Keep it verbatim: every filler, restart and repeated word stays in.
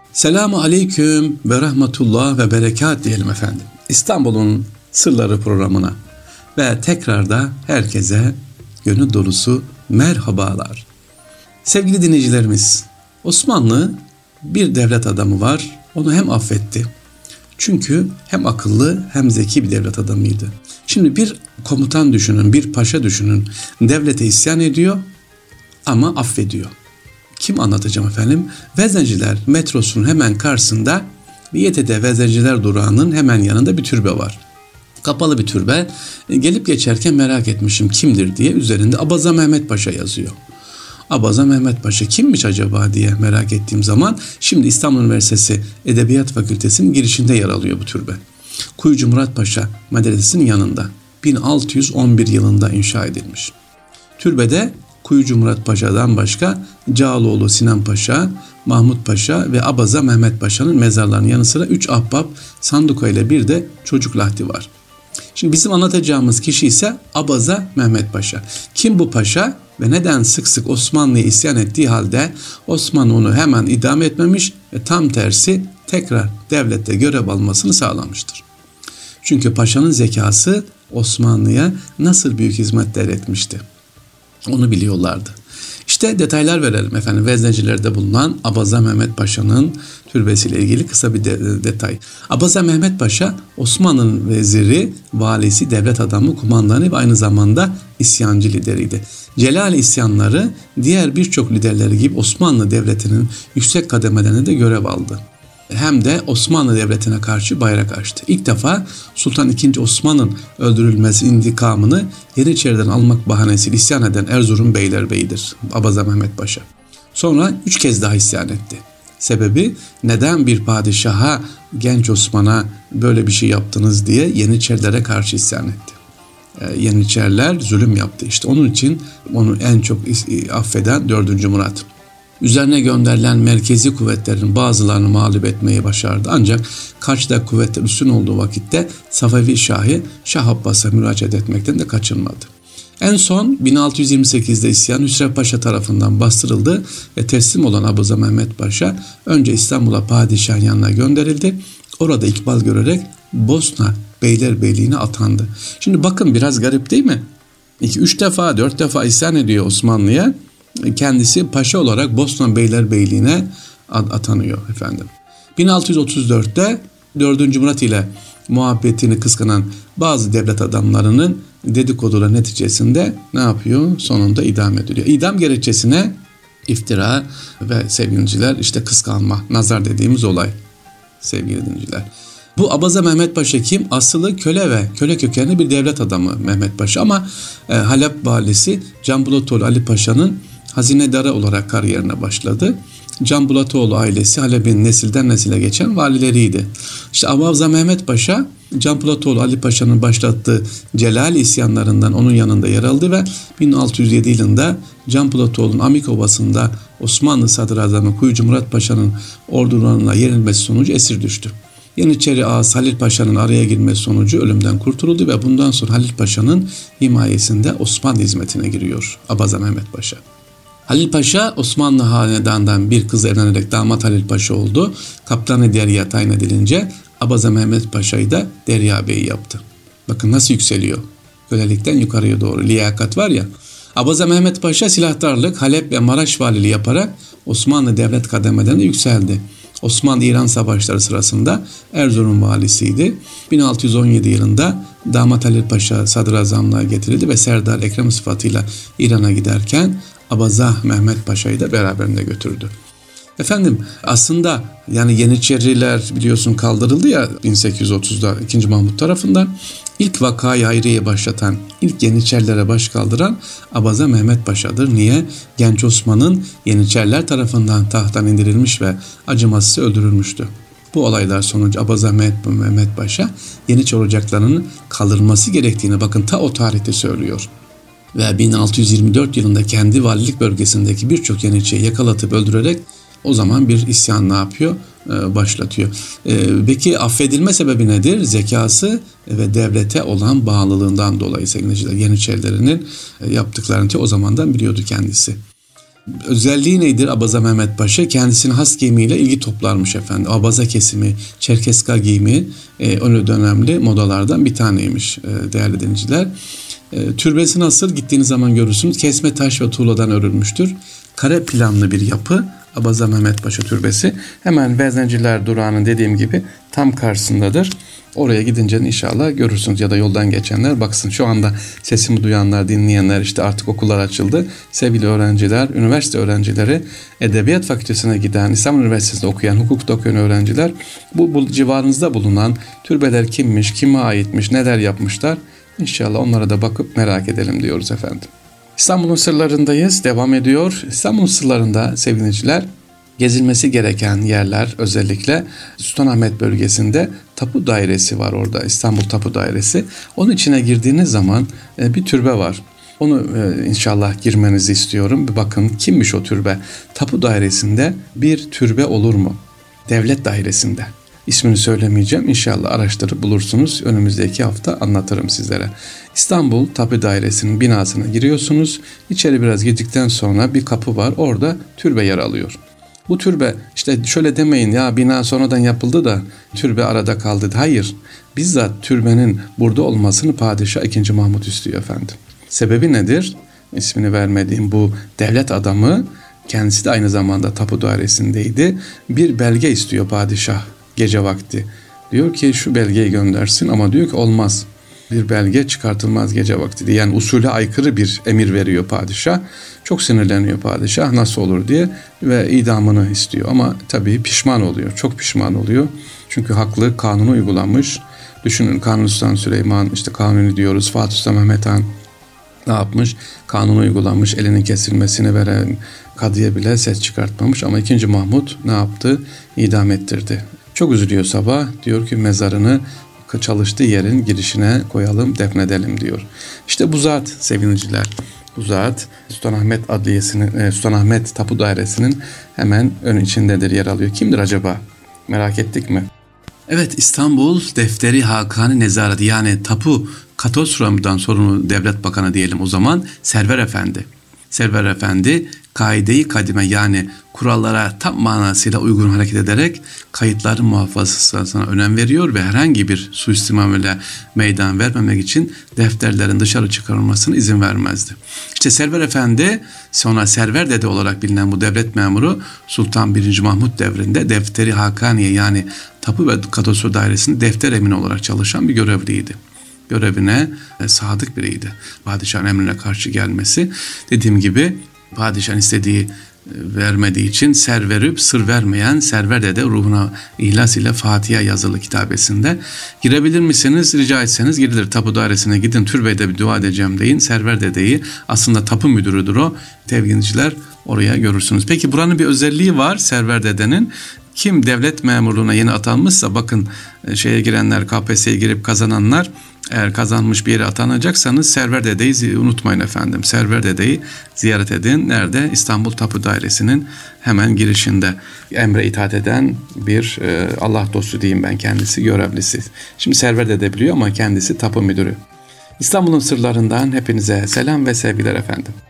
Selamu aleyküm ve rahmetullah ve berekat diyelim efendim. İstanbul'un Sırları programına ve tekrar da herkese gönül dolusu merhabalar. Sevgili dinleyicilerimiz, Osmanlı bir devlet adamı var, onu hem affetti. Çünkü hem akıllı hem zeki bir devlet adamıydı. Şimdi bir komutan düşünün, bir paşa düşünün, devlete isyan ediyor ama affediyor. Kim anlatacağım efendim? Vezneciler metrosunun hemen karşısında bir Y T D Vezneciler durağının hemen yanında bir türbe var. Kapalı bir türbe. Gelip geçerken merak etmişim kimdir diye, üzerinde Abaza Mehmet Paşa yazıyor. Abaza Mehmet Paşa kimmiş acaba diye merak ettiğim zaman şimdi İstanbul Üniversitesi Edebiyat Fakültesi'nin girişinde yer alıyor bu türbe. Kuyucu Murat Paşa Medresesi'nin yanında. bin altı yüz on bir yılında inşa edilmiş. Türbede Kuyucu Murat Paşa'dan başka Cağaloğlu Sinan Paşa, Mahmut Paşa ve Abaza Mehmet Paşa'nın mezarlarının yanı sıra üç ahbap sanduka ile bir de çocuk lahdi var. Şimdi bizim anlatacağımız kişi ise Abaza Mehmet Paşa. Kim bu paşa ve neden sık sık Osmanlı'ya isyan ettiği halde Osmanlı onu hemen idam etmemiş ve tam tersi tekrar devlette görev almasını sağlamıştır. Çünkü paşanın zekası Osmanlı'ya nasıl büyük hizmetler etmişti. Onu biliyorlardı. İşte detaylar verelim efendim. Veznecilerde bulunan Abaza Mehmet Paşa'nın türbesiyle ilgili kısa bir de- detay. Abaza Mehmet Paşa Osmanlı'nın veziri, valisi, devlet adamı, kumandanı ve aynı zamanda isyancı lideriydi. Celal isyanları diğer birçok liderleri gibi Osmanlı Devleti'nin yüksek kademelerine de görev aldı. Hem de Osmanlı Devleti'ne karşı bayrak açtı. İlk defa Sultan ikinci. Osman'ın öldürülmesi intikamını Yeniçeri'den almak bahanesiyle isyan eden Erzurum Beylerbeyi'dir Abaza Mehmet Paşa. Sonra üç kez daha isyan etti. Sebebi neden bir padişaha, genç Osman'a böyle bir şey yaptınız diye Yeniçerilere karşı isyan etti. Ee, Yeniçeriler zulüm yaptı. İşte onun için onu en çok affeden dördüncü. Murat. Üzerine gönderilen merkezi kuvvetlerin bazılarını mağlup etmeyi başardı. Ancak karşıda kuvvetler üstün olduğu vakitte Safevi Şahı Şah Abbas'a müracaat etmekten de kaçınmadı. En son bin altı yüz yirmi sekizde isyan Hüsrev Paşa tarafından bastırıldı ve teslim olan Abaza Mehmet Paşa önce İstanbul'a padişahın yanına gönderildi. Orada ikbal görerek Bosna Beylerbeyliğine atandı. Şimdi bakın biraz garip değil mi? İki, üç defa, dört defa isyan ediyor Osmanlı'ya. Kendisi paşa olarak Bosna Beylerbeyliğine atanıyor efendim. bin altı yüz otuz dörtte dördüncü. Murat ile muhabbetini kıskanan bazı devlet adamlarının dedikodular neticesinde ne yapıyor? Sonunda idam ediliyor. İdam gerekçesine iftira ve sevgiliciler işte kıskanma, nazar dediğimiz olay sevgili dinleyiciler. Bu Abaza Mehmet Paşa kim? Aslı köle ve köle kökenli bir devlet adamı Mehmet Paşa ama e, Halep valisi Can Bulatoğlu Ali Paşa'nın hazinedarı olarak kariyerine başladı. Can Bulatoğlu ailesi Halep'in nesilden nesile geçen valileriydi. İşte Abaza Mehmet Paşa, Can Bulatoğlu Ali Paşa'nın başlattığı Celal isyanlarından onun yanında yer aldı ve bin altı yüz yedi yılında Can Bulatoğlu'nun Amik Ovası'nda Osmanlı Sadrazamı Kuyucu Murat Paşa'nın ordularına yenilmesi sonucu esir düştü. Yeniçeri ağası Halil Paşa'nın araya girmesi sonucu ölümden kurtuldu ve bundan sonra Halil Paşa'nın himayesinde Osmanlı hizmetine giriyor Abaza Mehmet Paşa. Halil Paşa Osmanlı hanedanından bir kız evlenerek damat Halil Paşa oldu. Kaptanı Derya tayin edilince Abaza Mehmet Paşa'yı da Derya Bey yaptı. Bakın nasıl yükseliyor. Kölelikten yukarıya doğru liyakat var ya. Abaza Mehmet Paşa silahtarlık, Halep ve Maraş valiliği yaparak Osmanlı devlet kademelerine yükseldi. Osmanlı-İran savaşları sırasında Erzurum valisiydi. bin altı yüz on yedi yılında damat Halil Paşa sadrazamlığa getirildi ve Serdar Ekrem sıfatıyla İran'a giderken Abaza Mehmet Paşa'yı da beraberinde götürdü. Efendim aslında yani Yeniçeriler biliyorsun kaldırıldı ya bin sekiz yüz otuzda ikinci. Mahmut tarafından. İlk vakayı Hayriye'yi başlatan, ilk Yeniçerilere baş kaldıran Abaza Mehmet Paşa'dır. Niye? Genç Osman'ın Yeniçeriler tarafından tahttan indirilmiş ve acımasız öldürülmüştü. Bu olaylar sonucu Abaza Mehmet Paşa Yeniçeri ocaklarının kaldırılması gerektiğini bakın ta o tarihte söylüyor. Ve bin altı yüz yirmi dört yılında kendi valilik bölgesindeki birçok Yeniçeriyi yakalatıp öldürerek o zaman bir isyan ne yapıyor? Ee, başlatıyor. Ee, peki affedilme sebebi nedir? Zekası ve devlete olan bağlılığından dolayı sevgili Yeniçerilerinin yaptıklarını o zamandan biliyordu kendisi. Özelliği nedir Abaza Mehmet Paşa? Kendisine has giyimiyle ilgi toplarmış efendim. Abaza kesimi, Çerkeska giyimi e, o dönemli modalardan bir taneymiş e, değerli dinleyiciler. E, türbesi nasıl? Gittiğiniz zaman görürsünüz. Kesme taş ve tuğladan örülmüştür. Kare planlı bir yapı Abaza Mehmet Paşa Türbesi. Hemen Vezneciler Durağı'nın dediğim gibi tam karşısındadır. Oraya gidince inşallah görürsünüz ya da yoldan geçenler baksın. Şu anda sesimi duyanlar, dinleyenler, işte artık okullar açıldı. Sevgili öğrenciler, üniversite öğrencileri, Edebiyat Fakültesine giden, İstanbul Üniversitesi'nde okuyan, hukukta okuyan öğrenciler bu, bu civarınızda bulunan türbeler kimmiş, kime aitmiş, neler yapmışlar? İnşallah onlara da bakıp merak edelim diyoruz efendim. İstanbul'un sırlarındayız. Devam ediyor. İstanbul'un sırlarında sevgiliciler gezilmesi gereken yerler, özellikle Sultanahmet bölgesinde tapu dairesi var orada. İstanbul Tapu Dairesi. Onun içine girdiğiniz zaman bir türbe var. Onu inşallah girmenizi istiyorum. Bir bakın kimmiş o türbe? Tapu dairesinde bir türbe olur mu? Devlet dairesinde. İsmini söylemeyeceğim. İnşallah araştırıp bulursunuz. Önümüzdeki hafta anlatırım sizlere. İstanbul Tapu Dairesi'nin binasına giriyorsunuz. İçeri biraz girdikten sonra bir kapı var. Orada türbe yer alıyor. Bu türbe işte şöyle demeyin ya bina sonradan yapıldı da türbe arada kaldı. Hayır. Bizzat türbenin burada olmasını Padişah ikinci. Mahmut istiyor efendim. Sebebi nedir? İsmini vermediğim bu devlet adamı, kendisi de aynı zamanda tapu dairesindeydi. Bir belge istiyor padişah gece vakti. Diyor ki şu belgeyi göndersin ama diyor ki olmaz. Bir belge çıkartılmaz gece vakti diye. Yani usule aykırı bir emir veriyor padişah. Çok sinirleniyor padişah nasıl olur diye ve idamını istiyor. Ama tabii pişman oluyor. Çok pişman oluyor. Çünkü haklı, kanunu uygulanmış. Düşünün Kanuni Sultan Süleyman, işte Kanuni diyoruz, Fatih Sultan Mehmet Han ne yapmış? Kanunu uygulanmış, elinin kesilmesini veren kadıya bile ses çıkartmamış. Ama ikinci. Mahmut ne yaptı? İdam ettirdi. Çok üzülüyor sabah. Diyor ki mezarını çalıştığı yerin girişine koyalım, defnedelim diyor. İşte bu zat sevgiliciler. Bu zat Sultanahmet Adliyesi'nin, Sultanahmet Tapu Dairesi'nin hemen ön içindedir, yer alıyor. Kimdir acaba? Merak ettik mi? Evet, İstanbul Defteri Hakani Nezareti, yani Tapu Katosram'dan sorumlu devlet bakanı diyelim o zaman, Server Efendi. Server Efendi kaide-i kadime, yani kurallara tam manasıyla uygun hareket ederek kayıtların muhafazasına önem veriyor ve herhangi bir suistimamele meydan vermemek için defterlerin dışarı çıkarılmasına izin vermezdi. İşte Server Efendi, sonra Server Dede olarak bilinen bu devlet memuru Sultan birinci. Mahmut devrinde Defteri Hakaniye, yani Tapu ve Kadastro Dairesi'nde defter emini olarak çalışan bir görevliydi. Görevine e, sadık biriydi. Padişahın emrine karşı gelmesi, dediğim gibi padişahın istediği e, vermediği için ser verip sır vermeyen Server Dede ruhuna ihlas ile Fatiha yazılı kitabesinde girebilir misiniz? Rica etseniz girilir. Tapu dairesine gidin, türbede bir dua edeceğim deyin. Server Dede'yi, aslında tapu müdürüdür o. Tevginciler oraya görürsünüz. Peki buranın bir özelliği var Server Dede'nin. Kim devlet memurluğuna yeni atanmışsa, bakın şeye girenler, K P S S'ye girip kazananlar, eğer kazanmış bir yere atanacaksanız Server Dede'yi unutmayın efendim. Server Dede'yi ziyaret edin. Nerede? İstanbul Tapu Dairesi'nin hemen girişinde. Emre itaat eden bir e, Allah dostu diyeyim ben, kendisi görevlisi. Şimdi Server Dede biliyor ama kendisi tapu müdürü. İstanbul'un sırlarından hepinize selam ve sevgiler efendim.